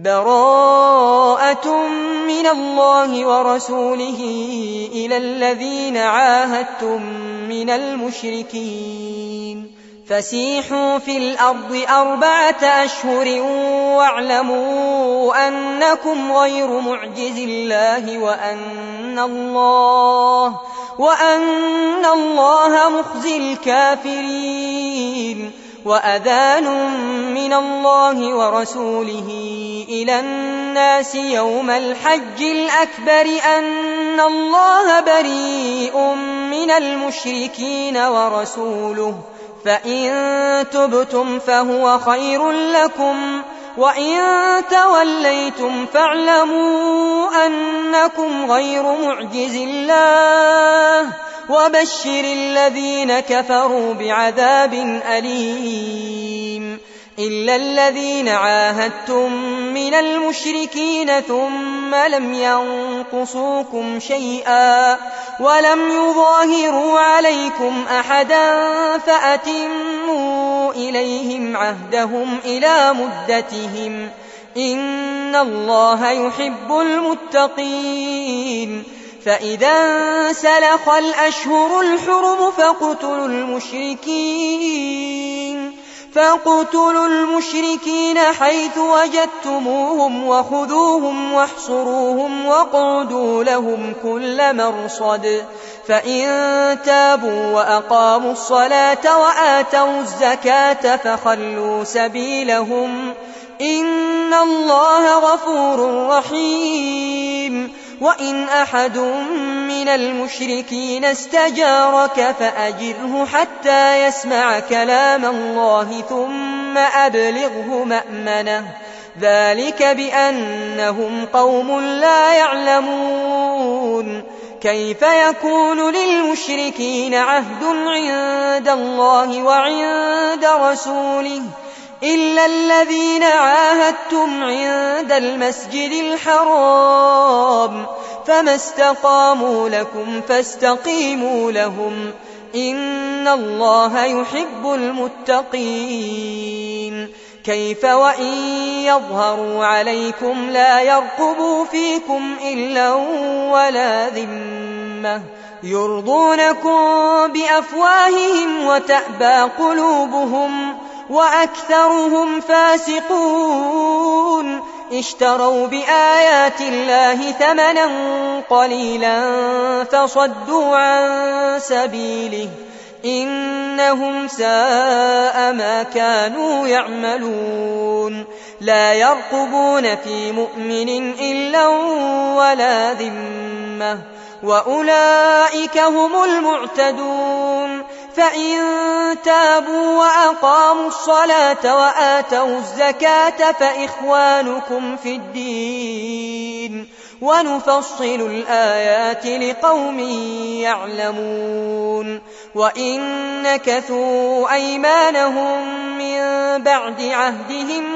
براءة من الله ورسوله إلى الذين عاهدتم من المشركين فسيحوا في الأرض 4 أشهر واعلموا أنكم غير معجز الله وأن الله مخزي الكافرين وأذان من الله ورسوله إلى الناس يوم الحج الأكبر أن الله بريء من المشركين ورسوله فإن تبتم فهو خير لكم وإن توليتم فاعلموا أنكم غير معجز الله وبشر الذين كفروا بعذاب أليم إلا الذين عاهدتم من المشركين ثم لم ينقصوكم شيئا ولم يظاهروا عليكم أحدا فأتموا إليهم عهدهم إلى مدتهم إن الله يحب المتقين فإذا انسلخ الأشهر الحرم فاقتلوا المشركين حيث وجدتموهم وخذوهم واحصروهم واقعدوا لهم كل مرصد فإن تابوا وأقاموا الصلاة وآتوا الزكاة فخلوا سبيلهم إن الله غفور رحيم وإن أحد من المشركين استجارك فأجره حتى يسمع كلام الله ثم أبلغه مأمنه ذلك بأنهم قوم لا يعلمون كيف يكون للمشركين عهد عند الله وعند رسوله إلا الذين عاهدتم عند المسجد الحرام فما استقاموا لكم فاستقيموا لهم إن الله يحب المتقين كيف وإن يظهروا عليكم لا يرقبوا فيكم إلا ولا ذمة يرضونكم بأفواههم وتأبى قلوبهم وأكثرهم فاسقون اشتروا بآيات الله ثمنا قليلا فصدوا عن سبيله إنهم ساء ما كانوا يعملون لا يرقبون في مؤمن إلا ولا ذمة وأولئك هم المعتدون فإن تابوا وأقاموا الصلاة وآتوا الزكاة فإخوانكم في الدين ونفصل الآيات لقوم يعلمون وإن نكثوا أيمانهم من بعد عهدهم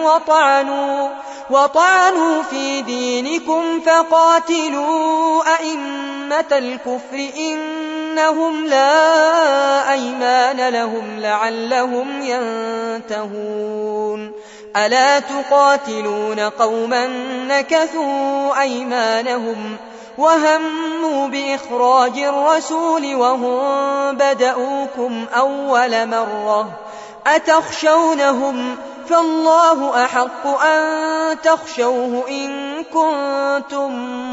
وطعنوا في دينكم فقاتلوا أئمة الكفر إنهم لا أيمان لهم لعلهم ينتهون ألا تقاتلون قوما نكثوا أيمانهم وهموا بإخراج الرسول وهم بدؤوكم أول مرة أتخشونهم فالله أحق أن تخشوه إن كنتم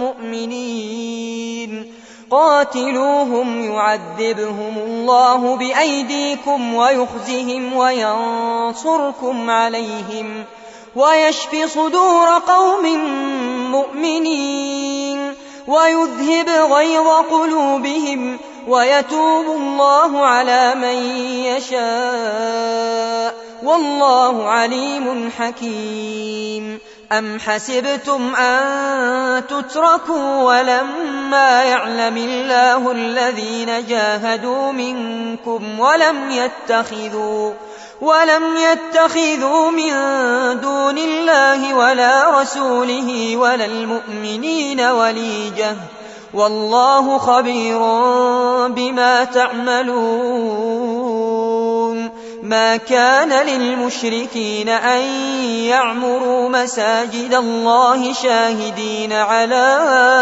مؤمنين قاتلوهم يعذبهم الله بأيديكم ويخزهم وينصركم عليهم ويشف صدور قوم مؤمنين ويذهب غيظ قلوبهم ويتوب الله على من يشاء والله عليم حكيم أم حسبتم أن تتركوا ولما يعلم الله الذين جاهدوا منكم ولم يتخذوا من دون الله ولا رسوله ولا المؤمنين وليجة والله خبير بما تعملون ما كان للمشركين أن يعمروا مساجد الله شاهدين على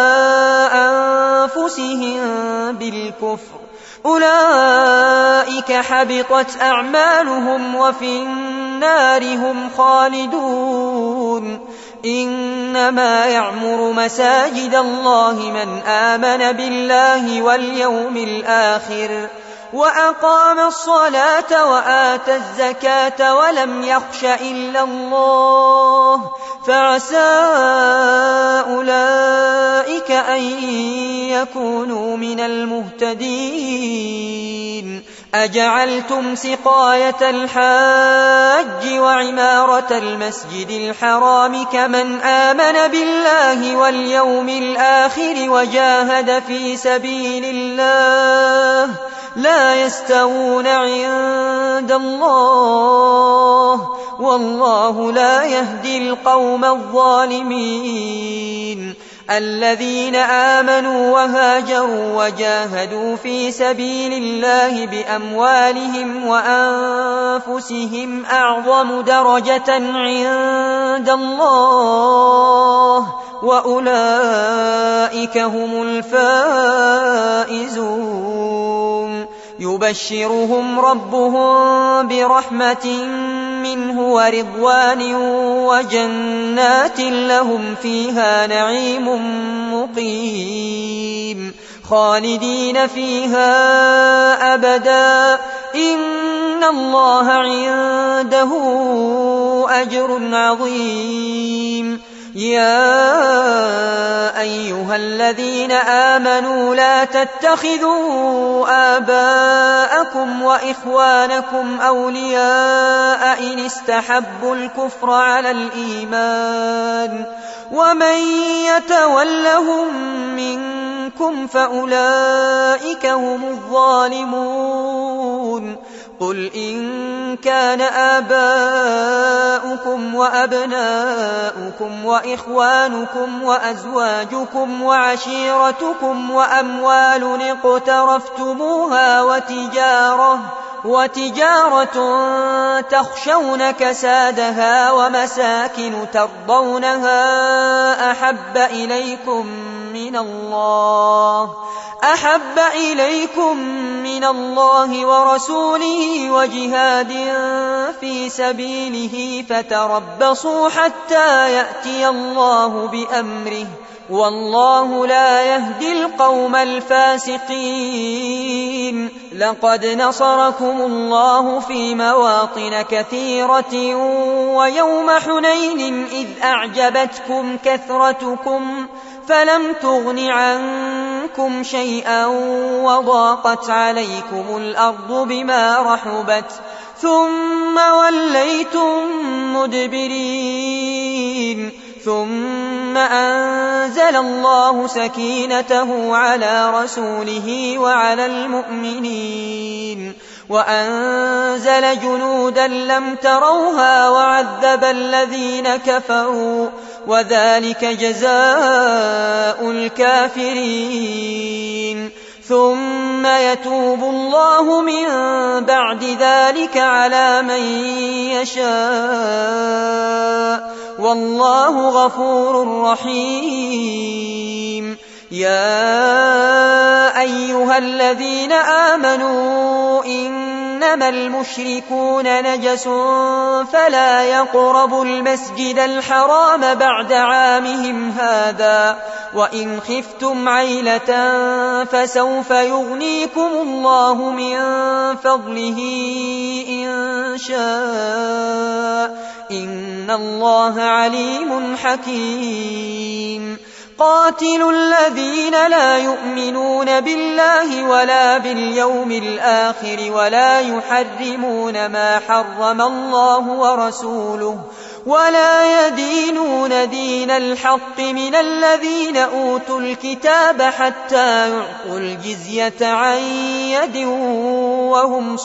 أنفسهم بالكفر، أولئك حبطت أعمالهم وفي النار هم خالدون. إنما يعمر مساجد الله من آمن بالله واليوم الآخر وأقام الصلاة وآتى الزكاة ولم يخش إلا الله، فعسى أولئك أن يكونوا من المهتدين. أجعلتم سقاية الحاج وعمارة المسجد الحرام كمن آمن بالله واليوم الآخر وجاهد في سبيل الله لا يستوون عند الله، والله لا يهدي القوم الظالمين. الذين آمنوا وهاجروا وجاهدوا في سبيل الله بأموالهم وأنفسهم أعظم درجة عند الله، وأولئك هم الفائزون. يبشرهم ربهم برحمة منه ورضوان وجنات لهم فيها نعيم مقيم خالدين فيها أبدا، إن الله عنده أجر عظيم. يا أيها الذين آمنوا لا تتخذوا آباءكم وإخوانكم أولياء إن استحبوا الكفر على الإيمان، ومن يتولهم منكم فأولئك هم الظالمون. قل إن كان آباؤكم وأبناؤكم وإخوانكم وأزواجكم وعشيرتكم وأموال اقترفتموها وتجارة تخشون كسادها ومساكن ترضونها أحب إليكم من الله ورسوله وجهاد في سبيله فتربصوا حتى يأتي الله بأمره، والله لا يهدي القوم الفاسقين. لقد نصركم الله في مواطن كثيرة ويوم حنين إذ أعجبتكم كثرتكم فلم تغن عنكم شيئا وضاقت عليكم الأرض بما رحبت ثم وليتم مدبرين. ثم أنزل الله سكينته على رسوله وعلى المؤمنين وأنزل جنودا لم تروها وعذب الذين كفروا، وذلك جزاء الكافرين. ثم يتوب الله من بعد ذلك على من يشاء، والله غفور رحيم. يا أيها الذين آمنوا إنما المشركون نجس فلا يقربوا المسجد الحرام بعد عامهم هذا، وإن خفتم عيلة فسوف يغنيكم الله من فضله إن شاء، إن الله عليم حكيم. قاتلوا الذين لا يؤمنون بالله ولا باليوم الآخر ولا يحرمون ما حرم الله ورسوله ولا يدينون دين الحق من الذين أوتوا الكتاب حتى يعطوا الجزية عن يد وهم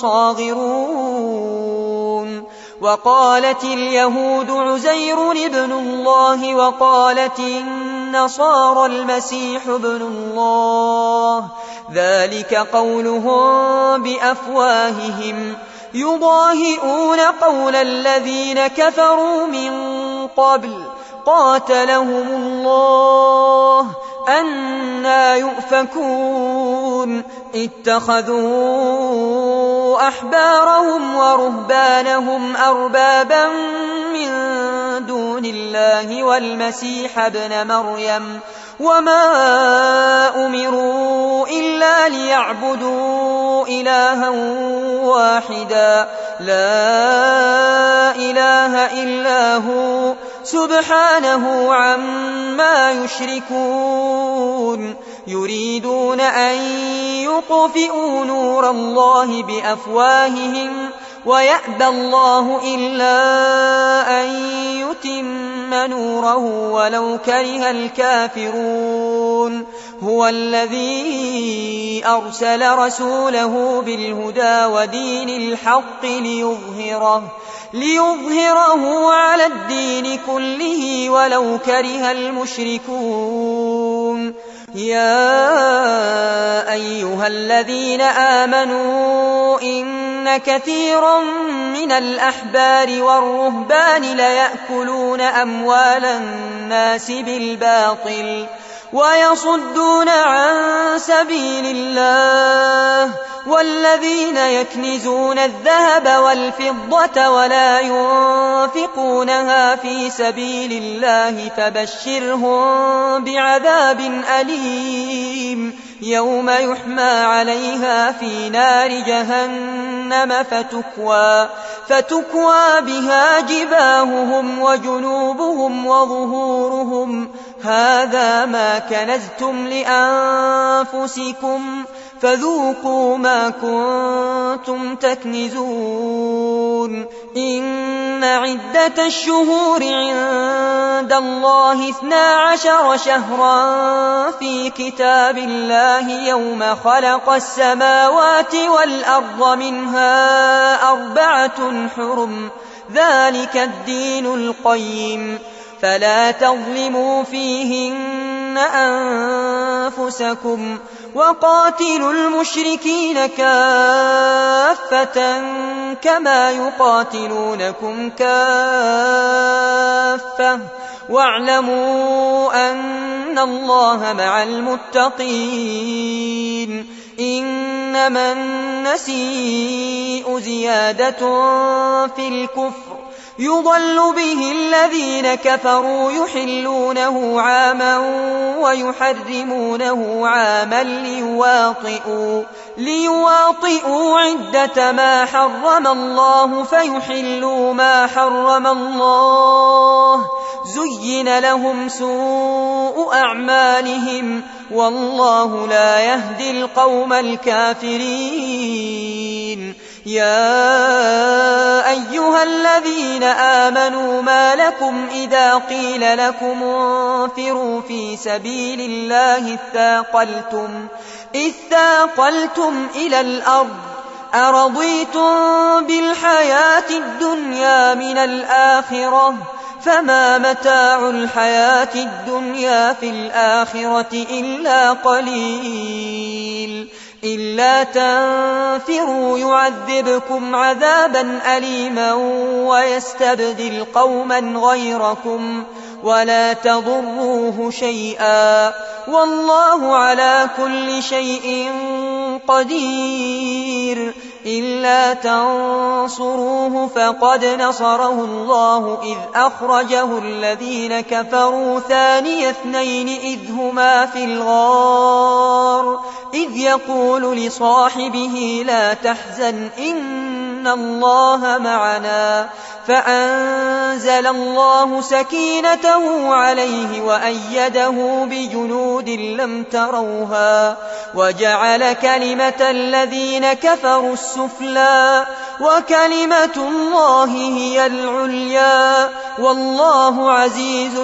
صاغرون. وقالت اليهود عزير ابن الله وقالت النصارى المسيح ابن الله، ذلك قولهم بأفواههم يضاهئون قول الذين كفروا من قبل قاتلهم الله أنى يؤفكون اتخذوا أحبارهم ورهبانهم أربابا من دون الله والمسيح ابن مريم وما أمروا إلا ليعبدوا إلها واحدا لا إله إلا هو سبحانه عما يشركون يريدون أن يطفئوا نور الله بأفواههم ويأبى الله إلا أن يتم نوره ولو كره الكافرون هو الذي أرسل رسوله بالهدى ودين الحق ليظهره على الدين كله ولو كره المشركون يا أيها الذين آمنوا إن كثيرا من الأحبار والرهبان ليأكلون أموال الناس بالباطل ويصدون عن سبيل الله والذين يكنزون الذهب والفضة ولا ينفقونها في سبيل الله فبشرهم بعذاب أليم يوم يحمى عليها في نار جهنم فتكوى بها جباههم وجنوبهم وظهورهم هذا ما كنزتم لأنفسكم فذوقوا ما كنتم تكنزون إن عدة الشهور عند الله 12 شهرا في كتاب الله يوم خلق السماوات والأرض منها 4 حرم ذلك الدين القيم فلا تظلموا فيهن أنفسكم وقاتلوا المشركين كافة كما يقاتلونكم كافة واعلموا أن الله مع المتقين إنما النسيء زيادة في الكفر يضل به الذين كفروا يحلونه عاما ويحرمونه عاما ليواطئوا عدة ما حرم الله فيحلوا ما حرم الله زين لهم سوء أعمالهم والله لا يهدي القوم الكافرين يا أيها الذين آمنوا ما لكم إذا قيل لكم انفروا في سبيل الله اثاقلتم إلى الأرض أرضيتم بالحياة الدنيا من الآخرة فما متاع الحياة الدنيا في الآخرة إلا قليل إلا تنفروا يعذبكم عذابا أليما ويستبدل قوما غيركم ولا تضروه شيئا والله على كل شيء قدير إلا تنصروه فقد نصره الله إذ أخرجه الذين كفروا ثاني اثنين إذ هما في الغار إذ يقول لصاحبه لا تحزن إن الله معنا فأنزل الله سكينته عليه وأيده بجنود لم تروها وجعل كلمة الذين كفروا السفلى وكلمة الله هي العليا والله عزيز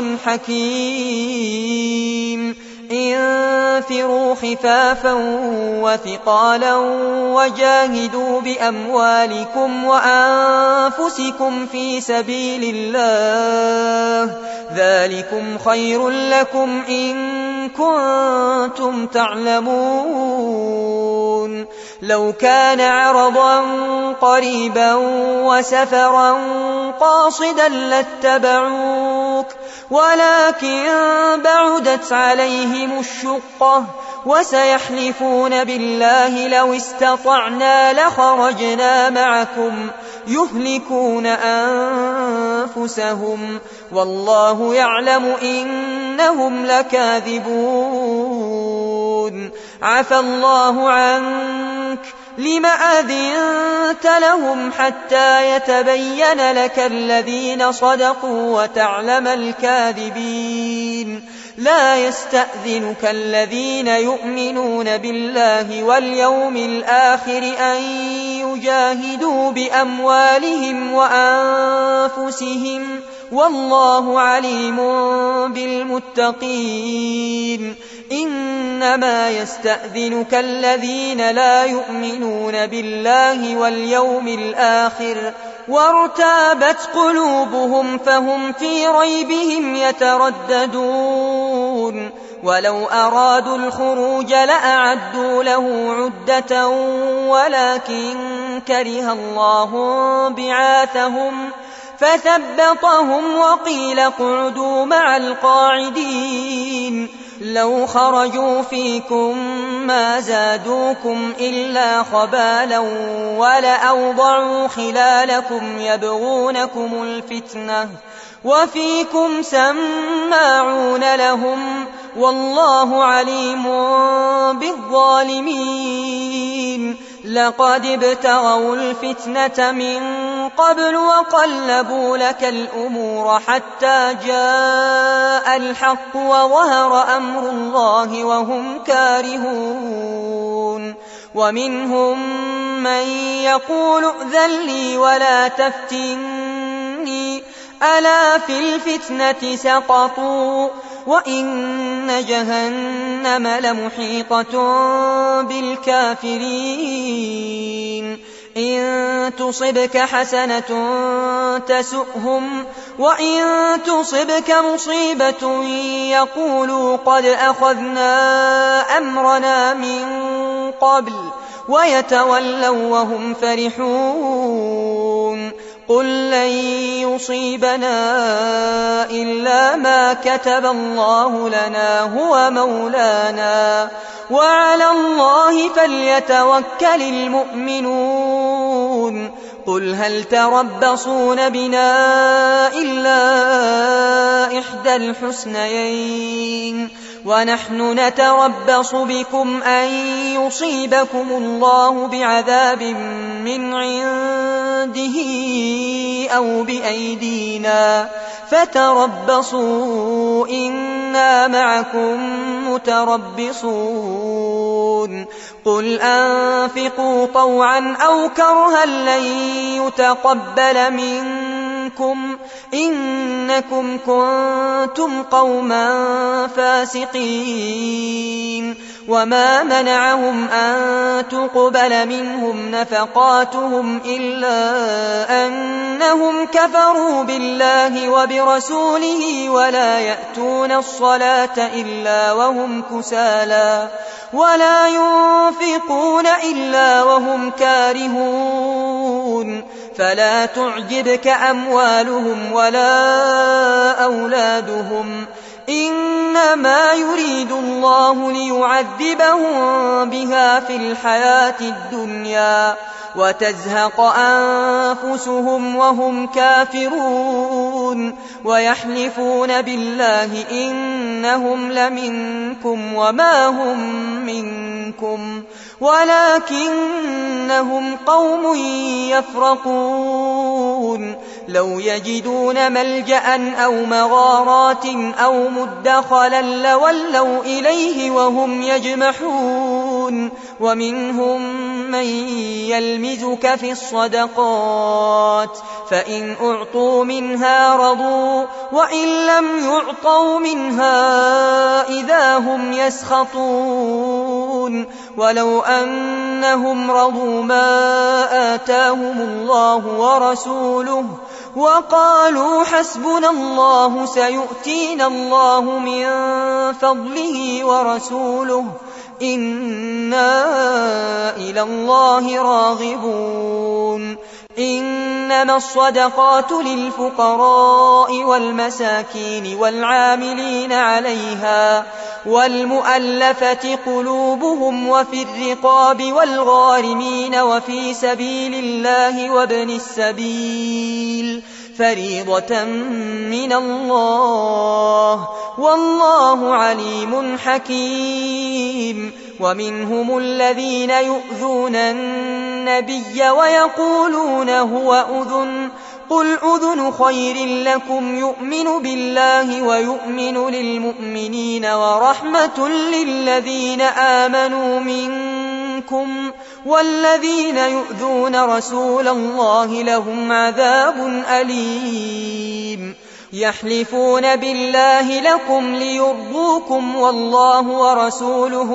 حكيم انفروا خفافا وثقالا وجاهدوا بأموالكم وأنفسكم في سبيل الله ذلكم خير لكم إن كنتم تعلمون لو كان عرضا قريبا وسفرا قاصدا لاتبعوك ولكن بعدت عليهم الشقة وسيحلفون بالله لو استطعنا لخرجنا معكم يهلكون أنفسهم والله يعلم إنهم لكاذبون عفى الله عنك لم أذنت لهم حتى يتبين لك الذين صدقوا وتعلم الكاذبين لا يستأذنك الذين يؤمنون بالله واليوم الآخر أن يجاهدوا بأموالهم وأنفسهم والله عليم بالمتقين إنما يستأذنك الذين لا يؤمنون بالله واليوم الآخر وارتابت قلوبهم فهم في ريبهم يترددون ولو أرادوا الخروج لأعدوا له عدة ولكن كره الله بعاثهم فثبطهم وقيل اقعدوا مع القاعدين لو خرجوا فيكم ما زادوكم إلا خبالا ولأوضعوا خلالكم يبغونكم الفتنة وفيكم سماعون لهم والله عليم بالظالمين لقد ابتغوا الفتنة من قبل وقلبوا لك الأمور حتى جاء الحق وظهر أمر الله وهم كارهون ومنهم من يقول ائذن لي ولا تفتني ألا في الفتنة سقطوا وإن جهنم لمحيطة بالكافرين إن تصبك حسنة تسؤهم وإن تصبك مصيبة يقولوا قد أخذنا أمرنا من قبل ويتولوا وهم فرحون قل لن يصيبنا إلا ما كتب الله لنا هو مولانا وعلى الله فليتوكل المؤمنون قل هل تربصون بنا إلا إحدى الحسنيين ونحن نتربص بكم أن يصيبكم الله بعذاب من عنده أو بأيدينا فتربصوا إنا معكم متربصون قل أنفقوا طوعا أو كرها لن يتقبل منكم إنكم كنتم قوما فاسقين وما منعهم أن تقبل منهم نفقاتهم إلا أنهم كفروا بالله وبرسوله ولا يأتون الصلاة إلا وهم كسالى ولا ينفقون إلا وهم كارهون فلا تعجبك أموالهم ولا أولادهم إنما يريد الله ليعذبهم بها في الحياة الدنيا وتزهق أنفسهم وهم كافرون ويحلفون بالله إنهم لمنكم وما هم منكم ولكنهم قوم يفرقون لو يجدون ملجأ أو مغارات أو مدخلا لولوا إليه وهم يجمحون ومنهم من يلمزك في الصدقات فإن أعطوا منها رضوا وإن لم يعطوا منها إذا هم يسخطون ولو أنهم رضوا ما آتاهم الله ورسوله وقالوا حسبنا الله سيؤتينا الله من فضله ورسوله إنا إلى الله راغبون إنما الصدقات للفقراء والمساكين والعاملين عليها والمؤلفة قلوبهم وفي الرقاب والغارمين وفي سبيل الله وابن السبيل فريضة من الله والله عليم حكيم ومنهم الذين يؤذون النبي ويقولون هو أذن قل أذن خير لكم يؤمن بالله ويؤمن للمؤمنين ورحمة للذين آمنوا منكم والذين يؤذون رسول الله لهم عذاب أليم يحلفون بالله لكم ليرضوكم والله ورسوله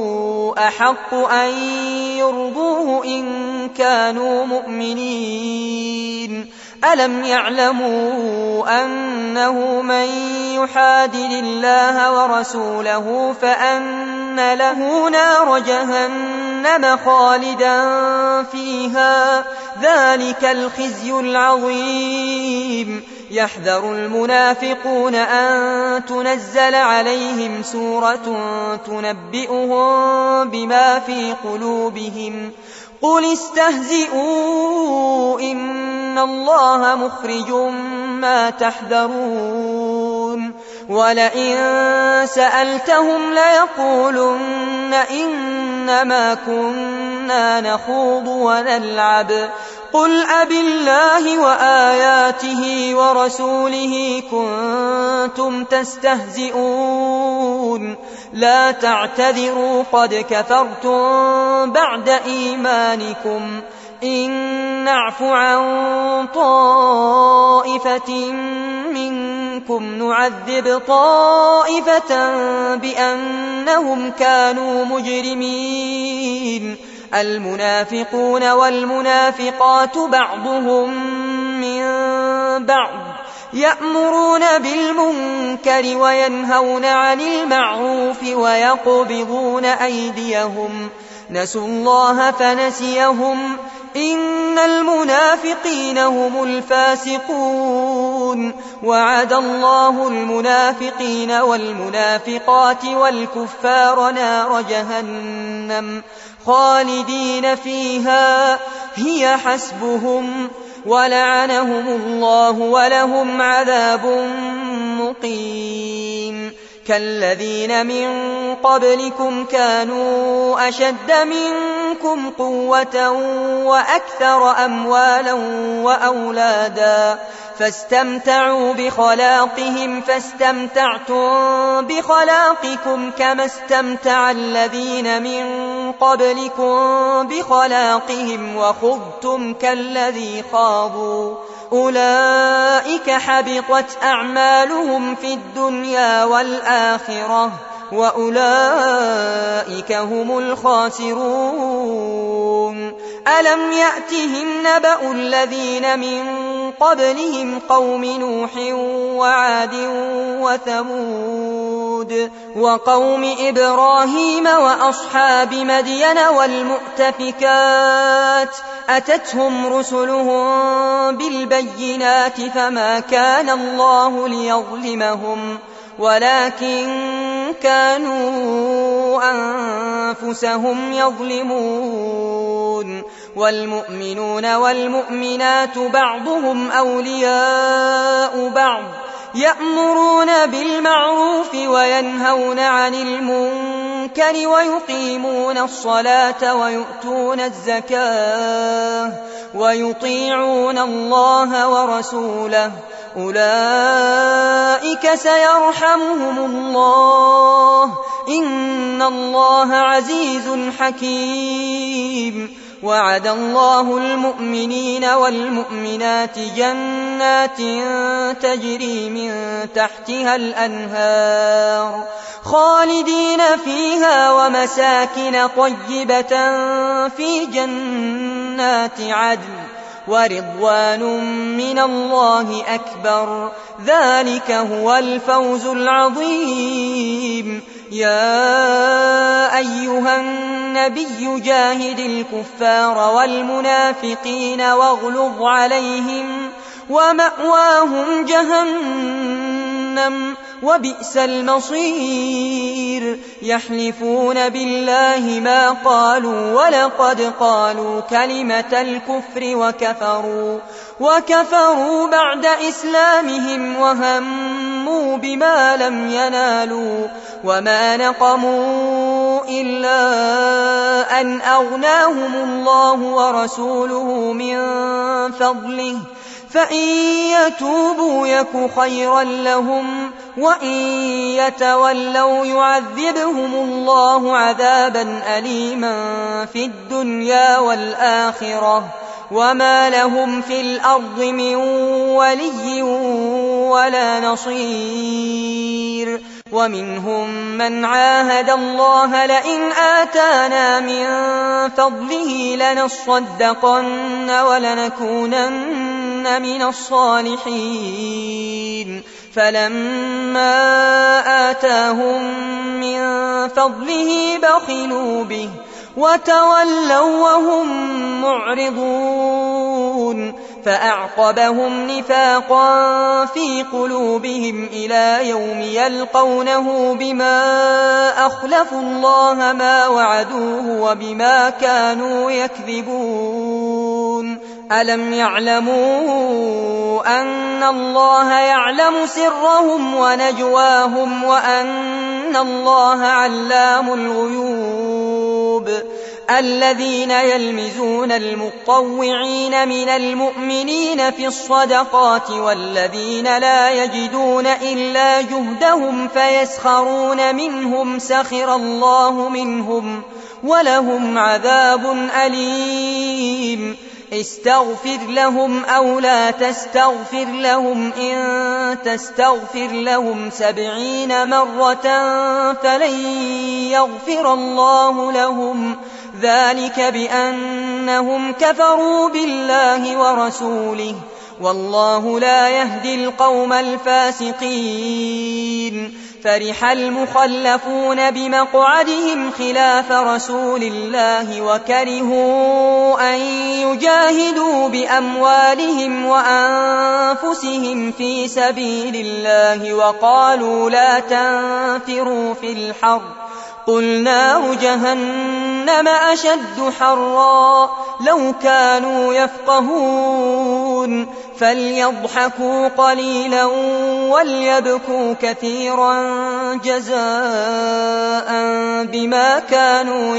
أحق أن يرضوه إن كانوا مؤمنين ألم يعلموا أنه من يحادد الله ورسوله فأن له نار جهنم خالدا فيها ذلك الخزي العظيم يحذر المنافقون أن تنزل عليهم سورة تنبئهم بما في قلوبهم قل استهزئوا إن الله مخرج ما تحذرون ولئن سألتهم ليقولن إنما كنا نخوض ونلعب قل أبالله وآياته ورسوله كنتم تستهزئون لا تعتذروا قد كفرتم بعد إيمانكم إن نعف عن طائفة منكم نعذب طائفة بأنهم كانوا مجرمين المنافقون والمنافقات بعضهم من بعض يأمرون بالمنكر وينهون عن المعروف ويقبضون أيديهم نسوا الله فنسيهم إن المنافقين هم الفاسقون وعد الله المنافقين والمنافقات والكفار نار جهنم خالدين فيها هي حسبهم ولعنهم الله ولهم عذاب مقيم كالذين من قبلكم كانوا أشد منكم قوة وأكثر أموالا وأولادا فاستمتعوا بخلاقهم فاستمتعتم بخلاقكم كما استمتع الذين من قبلكم بخلاقهم وخضتم كالذي خاضوا أولئك حبطت أعمالهم في الدنيا والآخرة وأولئك هم الخاسرون ألم يأتهم نبأ الذين من قبلهم قوم نوح وعاد وثمود وقوم إبراهيم وأصحاب مدين والمؤتفكات أتتهم رسلهم بالبينات فما كان الله ليظلمهم ولكن كانوا أنفسهم يظلمون والمؤمنون والمؤمنات بعضهم أولياء بعض يأمرون بالمعروف وينهون عن المنكر ويقيمون الصلاة ويؤتون الزكاة ويطيعون الله ورسوله أولئك سيرحمهم الله إن الله عزيز حكيم وعد الله المؤمنين والمؤمنات جنات تجري من تحتها الأنهار خالدين فيها ومساكن طيبة في جنات عدن ورضوان من الله أكبر ذلك هو الفوز العظيم يا أيها النبي جاهد الكفار والمنافقين واغلظ عليهم ومأواهم جهنم وبئس المصير يحلفون بالله ما قالوا ولقد قالوا كلمة الكفر وكفروا بعد إسلامهم وهموا بما لم ينالوا وما نقموا إلا أن أغناهم الله ورسوله من فضله فإن يتوبوا يك خيرا لهم وإن يتولوا يعذبهم الله عذابا أليما في الدنيا والآخرة وما لهم في الأرض من ولي ولا نصير ومنهم من عاهد الله لئن آتانا من فضله لنصدقن ولنكونن من الصالحين فلما آتاهم من فضله بخلوا به وتولوا وهم معرضون فأعقبهم نفاقا في قلوبهم إلى يوم يلقونه بما أخلفوا الله ما وعدوه وبما كانوا يكذبون ألم يعلموا أن الله يعلم سرهم ونجواهم وأن الله علام الغيوب الذين يلمزون المطوعين من المؤمنين في الصدقات والذين لا يجدون إلا جهدهم فيسخرون منهم سخر الله منهم ولهم عذاب أليم استغفر لهم أو لا تستغفر لهم إن تستغفر لهم 70 مرة فلن يغفر الله لهم ذلك بأنهم كفروا بالله ورسوله والله لا يهدي القوم الفاسقين فرح المخلفون بمقعدهم خلاف رسول الله وكرهوا أن يجاهدوا بأموالهم وأنفسهم في سبيل الله وقالوا لا تنفروا في الحر قل نار جهنم أشد حرا لو كانوا يفقهون فليضحكوا قليلا وليبكوا كثيرا جزاء بما كانوا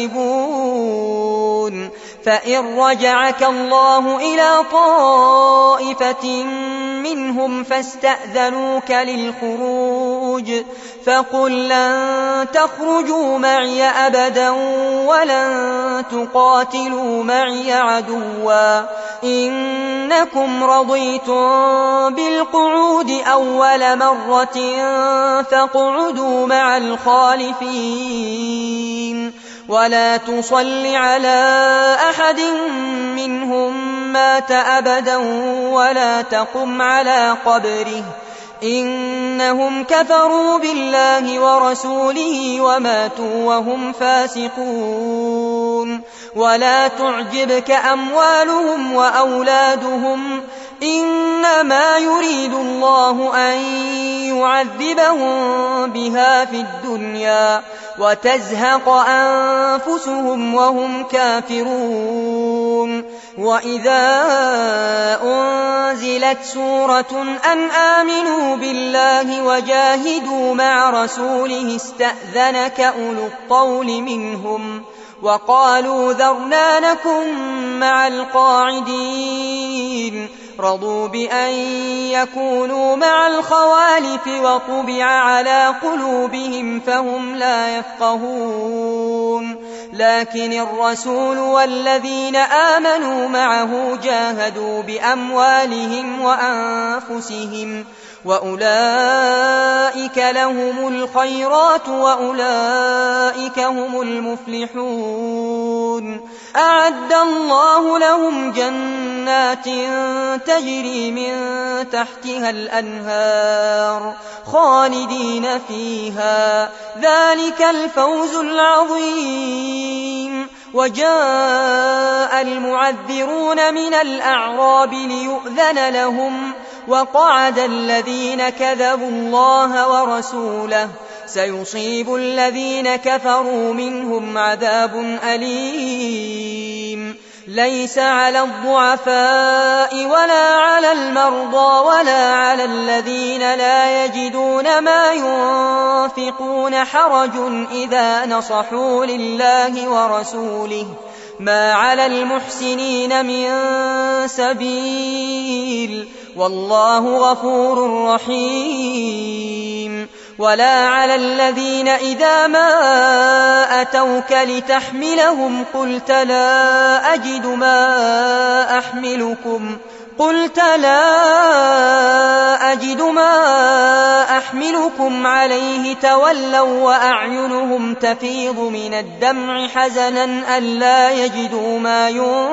يكسبون فإن رجعك الله إلى طائفة منهم فاستأذنوك للخروج فقل لن تخرجوا معي أبدا ولن تقاتلوا معي عدوا إنكم رضيتم بالقعود أول مرة فاقعدوا مع الخالفين ولا تصل على أحد منهم مات أبدا ولا تقم على قبره إنهم كفروا بالله ورسوله وماتوا وهم فاسقون ولا تعجبك أموالهم وأولادهم إنما يريد الله أن يعذبهم بها في الدنيا وتزهق أنفسهم وهم كافرون وإذا أنزلت سورة أن آمنوا بالله وجاهدوا مع رسوله استأذنك أولو الطول منهم وقالوا ذرنا نكن مع القاعدين رضوا بأن يكونوا مع الخوالف وطبع على قلوبهم فهم لا يفقهون لكن الرسول والذين آمنوا معه جاهدوا بأموالهم وأنفسهم وأولئك لهم الخيرات وأولئك هم المفلحون. أعد الله لهم جنات تجري من تحتها الأنهار خالدين فيها، ذلك الفوز العظيم. وجاء المعذرون من الأعراب ليؤذن لهم، وقعد الذين كذبوا الله ورسوله، سيصيب الذين كفروا منهم عذاب أليم. ليس على الضعفاء ولا على المرضى ولا على الذين لا يجدون ما ينفقون حرج إذا نصحوا لله ورسوله، ما على المحسنين من سبيل، والله غفور رحيم. ولا على الذين إذا ما أتوك لتحملهم قلت لا أجد ما أحملكم عليه تولوا وأعينهم تفيض من الدمع حزنا ألا يجدوا ما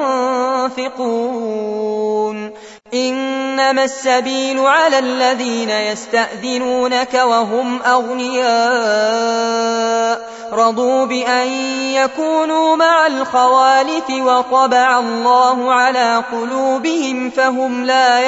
ينفقون. إنما السبيل على الذين يستأذنونك وهم أغنياء رضوا بأن يكونوا مع الخوالف وطبع الله على قلوبهم فهم لا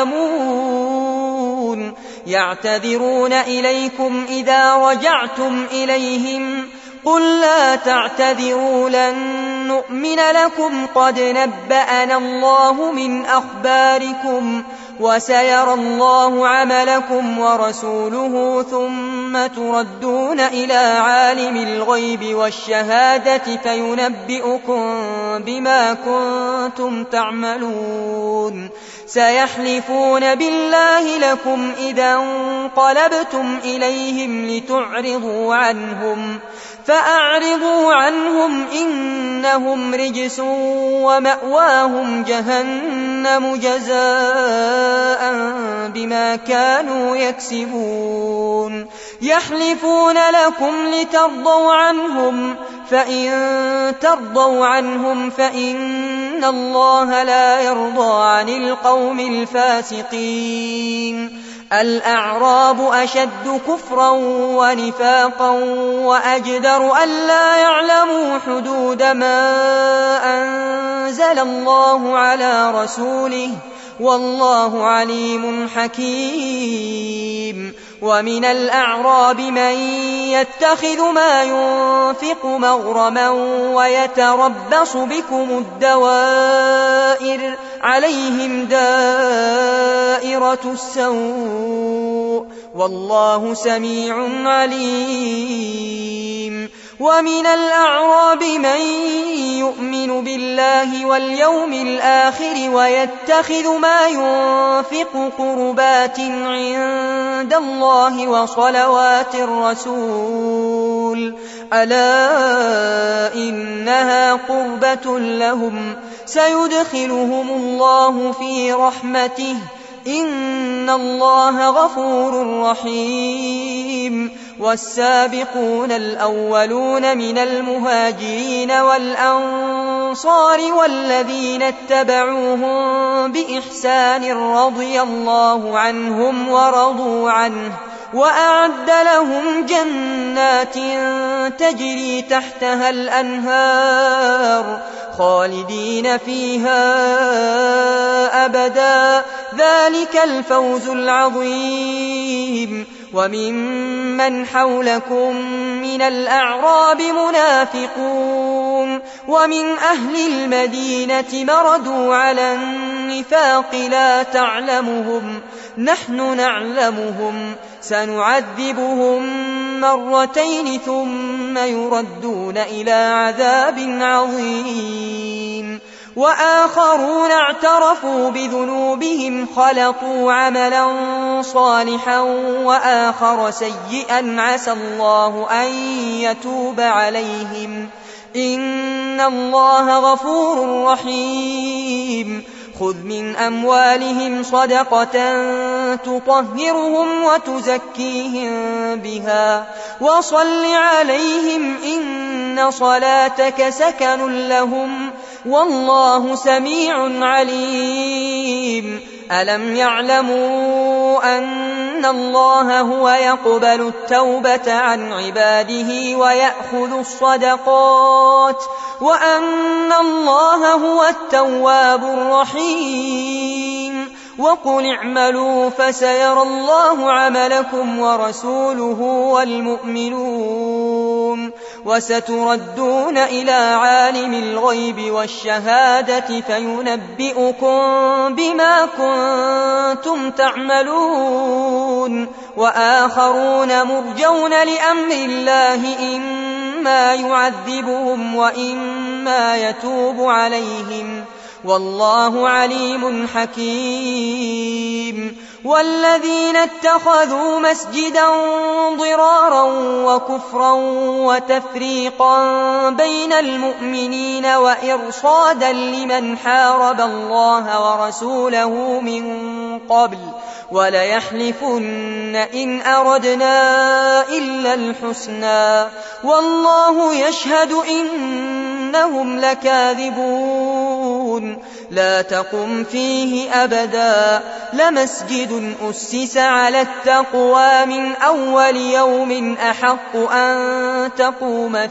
يعلمون. يعتذرون إليكم إذا رجعتم إليهم قل لا تعتذروا لن نؤمن لكم قد نبأنا الله من أخباركم وسيرى الله عملكم ورسوله ثم تردون إلى عالم الغيب والشهادة فينبئكم بما كنتم تعملون. سيحلفون بالله لكم إذا انقلبتم إليهم لتعرضوا عنهم فأعرضوا عنهم إنهم رجس ومأواهم جهنم جزاء بما كانوا يكسبون. يحلفون لكم لترضوا عنهم فإن ترضوا عنهم فإن الله لا يرضى عن القوم الفاسقين. الأعراب أشد كفرا ونفاقا وأجدر ألا يعلموا حدود ما أنزل الله على رسوله والله عليم حكيم. ومن الأعراب من يتخذ ما ينفق مغرما ويتربص بكم الدوائر عليهم دائرة السوء والله سميع عليم. ومن الأعراب من يؤمن بالله واليوم الآخر ويتخذ ما ينفق قربات عند الله وصلوات الرسول ألا إنها قربة لهم سيدخلهم الله في رحمته إن الله غفور رحيم. والسابقون الأولون من المهاجرين والأنصار والذين اتبعوهم بإحسان رضي الله عنهم ورضوا عنه وأعد لهم جنات تجري تحتها الأنهار خالدين فيها أبدا ذلك الفوز العظيم. وممن حولكم من الأعراب منافقون ومن أهل المدينة مردوا على النفاق لا تعلمهم نحن نعلمهم سنعذبهم مرتين ثم يردون إلى عذاب عظيم. وآخرون اعترفوا بذنوبهم خلطوا عملا صالحا وآخر سيئا عسى الله أن يتوب عليهم إن الله غفور رحيم. خذ من أموالهم صدقة تطهرهم وتزكيهم بها وصل عليهم إن صلاتك سكن لهم والله سميع عليم ألم يعلموا أن الله هو يقبل التوبة عن عباده ويأخذ الصدقات وأن الله هو التواب الرحيم وقل اعملوا فسيرى الله عملكم ورسوله والمؤمنون وستردون إلى عالم الغيب والشهادة فينبئكم بما كنتم تعملون وآخرون مرجون لأمر الله إما يعذبهم وإما يتوب عليهم والله عليم حكيم والذين اتخذوا مسجدا ضرارا وكفرا وتفريقا بين المؤمنين وإرصادا لمن حارب الله ورسوله من قبل وليحلفن إن أردنا إلا الحسنى والله يشهد إنهم لكاذبون لا تقم فيه أبدا لمسجد أسس على التقوى من أول يوم أحق أن تقوم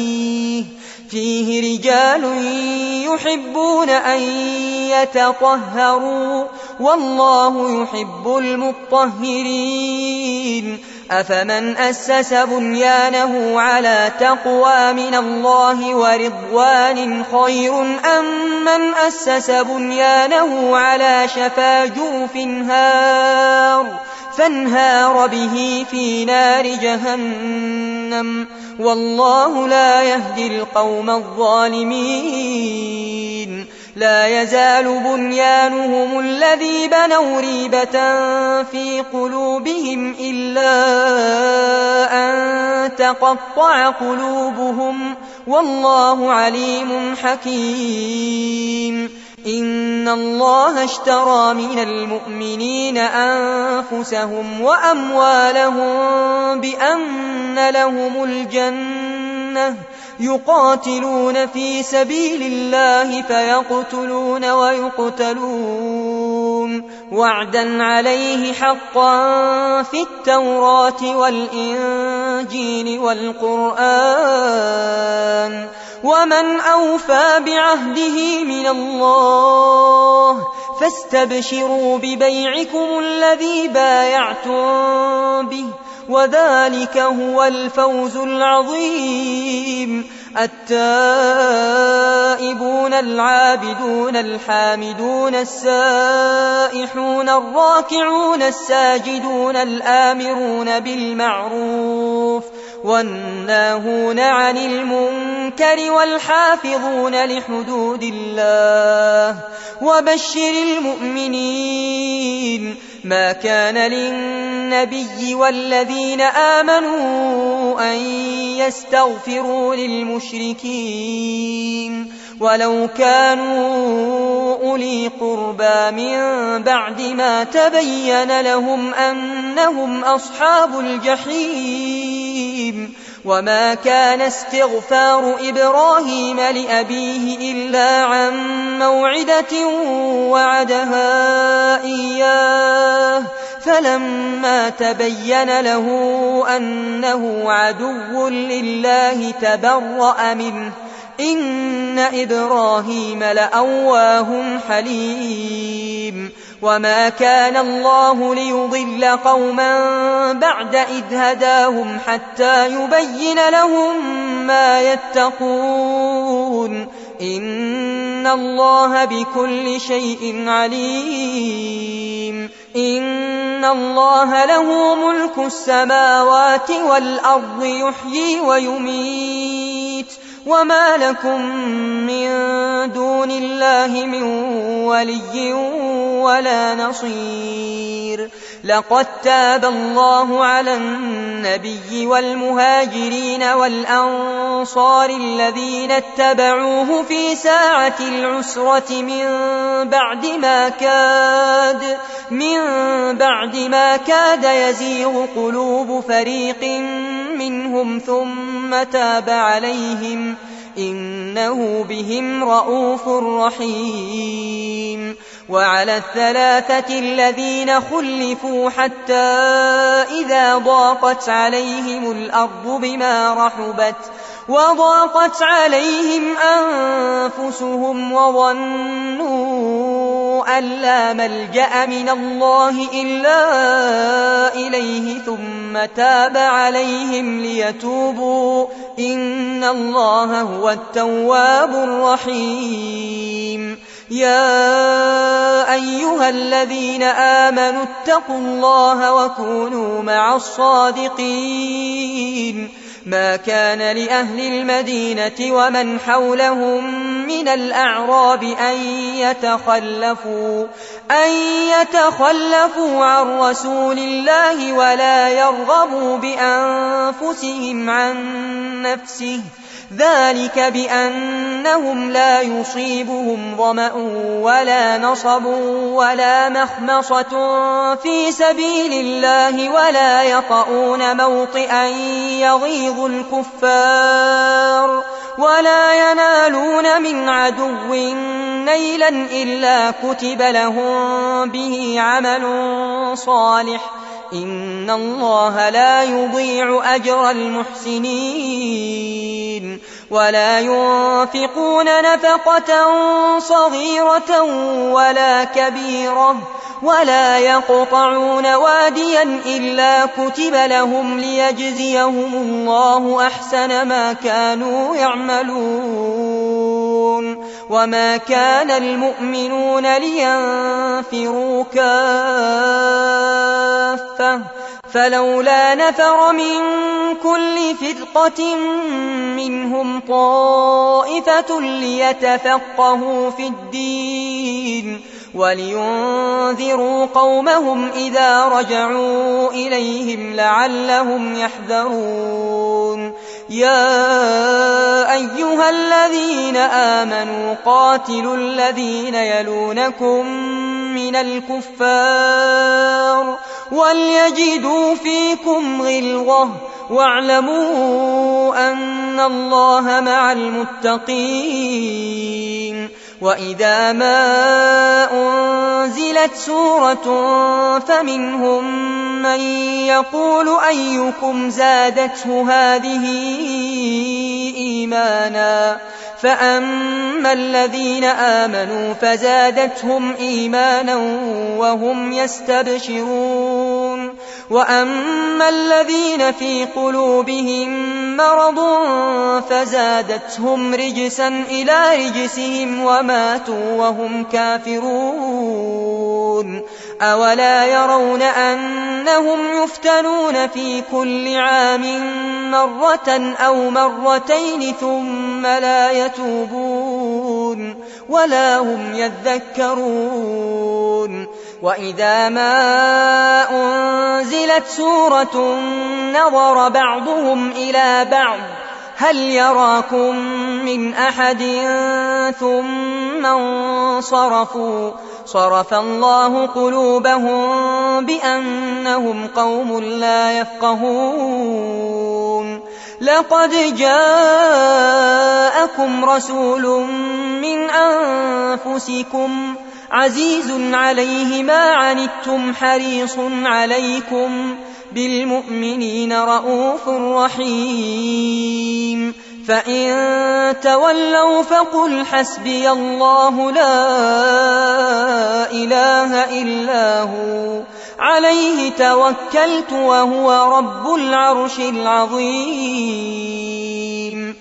فيه رجال يحبون أن يتطهروا والله يحب المطهرين أفمن أسس بنيانه على تقوى من الله ورضوان خير أم من أسس بنيانه على شفا جرف فانهار به في نار جهنم والله لا يهدي القوم الظالمين لا يزال بنيانهم الذي بنوا ريبة في قلوبهم إلا أن تقطع قلوبهم والله عليم حكيم إن الله اشترى من المؤمنين أنفسهم وأموالهم بأن لهم الجنة يقاتلون في سبيل الله فيقتلون ويقتلون وعدا عليه حقا في التوراة والإنجيل والقرآن ومن أوفى بعهده من الله فاستبشروا ببيعكم الذي بايعتم به وذلك هو الفوز العظيم التائبون العابدون الحامدون السائحون الراكعون الساجدون الآمرون بالمعروف والناهون عن المنكر والحافظون لحدود الله وبشر المؤمنين ما كان للنبي والذين آمنوا أن يستغفروا للمشركين ولو كانوا أولي قربى من بعد ما تبين لهم أنهم أصحاب الجحيم وما كان استغفار إبراهيم لأبيه إلا عن موعدة وعدها إياه فلما تبين له أنه عدو لله تبرأ منه إن إبراهيم لأواه حليم وما كان الله ليضل قوما بعد إذ هداهم حتى يبين لهم ما يتقون إن الله بكل شيء عليم إن الله له ملك السماوات والأرض يحيي ويميت وما لكم من دون الله من ولي ولا نصير لقد تاب الله على النبي والمهاجرين والأنصار الذين اتبعوه في ساعة العسرة من بعد ما كاد يزيغ قلوب فريق منهم ثم تاب عليهم إنه بهم رءوف رحيم. وعلى الثلاثة الذين خلفوا حتى إذا ضاقت عليهم الأرض بما رحبت وضاقت عليهم أنفسهم وظنوا أن لا ملجأ من الله إلا إليه ثم تاب عليهم ليتوبوا إن الله هو التواب الرحيم. يا أيها الذين آمنوا اتقوا الله وكونوا مع الصادقين. ما كان لأهل المدينة ومن حولهم من الأعراب أن يتخلفوا عن رسول الله ولا يرغبوا بأنفسهم عن نفسه، ذلك بأنهم لا يصيبهم ظمأ ولا نصب ولا مخمصة في سبيل الله ولا يطؤون موطئا يغيظ الكفار ولا ينالون من عدو نيلا إلا كتب لهم به عمل صالح إن الله لا يضيع أجر المحسنين. ولا ينفقون نفقة صغيرة ولا كبيرة ولا يقطعون واديا إلا كتب لهم ليجزيهم الله أحسن ما كانوا يعملون. وما كان المؤمنون لينفروا كافة فلولا نفر من كل فرقة منهم طائفة ليتفقهوا في الدين ولينذروا قومهم إذا رجعوا إليهم لعلهم يحذرون. يا أيها الذين آمنوا قاتلوا الذين يلونكم من الكفار وليجدوا فيكم غلظة واعلموا أن الله مع المتقين. وإذا ما أنزلت سورة فمنهم من يقول أيكم زادته هذه إيمانا فأما الذين آمنوا فزادتهم إيمانا وهم يستبشرون وأما الذين في قلوبهم مرض فزادتهم رجسا إلى رجسهم وماتوا وهم كافرون. أولا يرون أنهم يفتنون في كل عام مرة أو مرتين ثم لا يتوبون ولا هم يذكرون. وإذا ما أنزلت سورة نظر بعضهم إلى بعض هل يراكم من أحد ثم انصرفوا صرف الله قلوبهم بأنهم قوم لا يفقهون. لقد جاءكم رسول من أنفسكم عزيز عليه ما عنتم حريص عليكم بالمؤمنين رءوف رحيم. فإن تولوا فقل حسبي الله لا إله إلا هو عليه توكلت وهو رب العرش العظيم.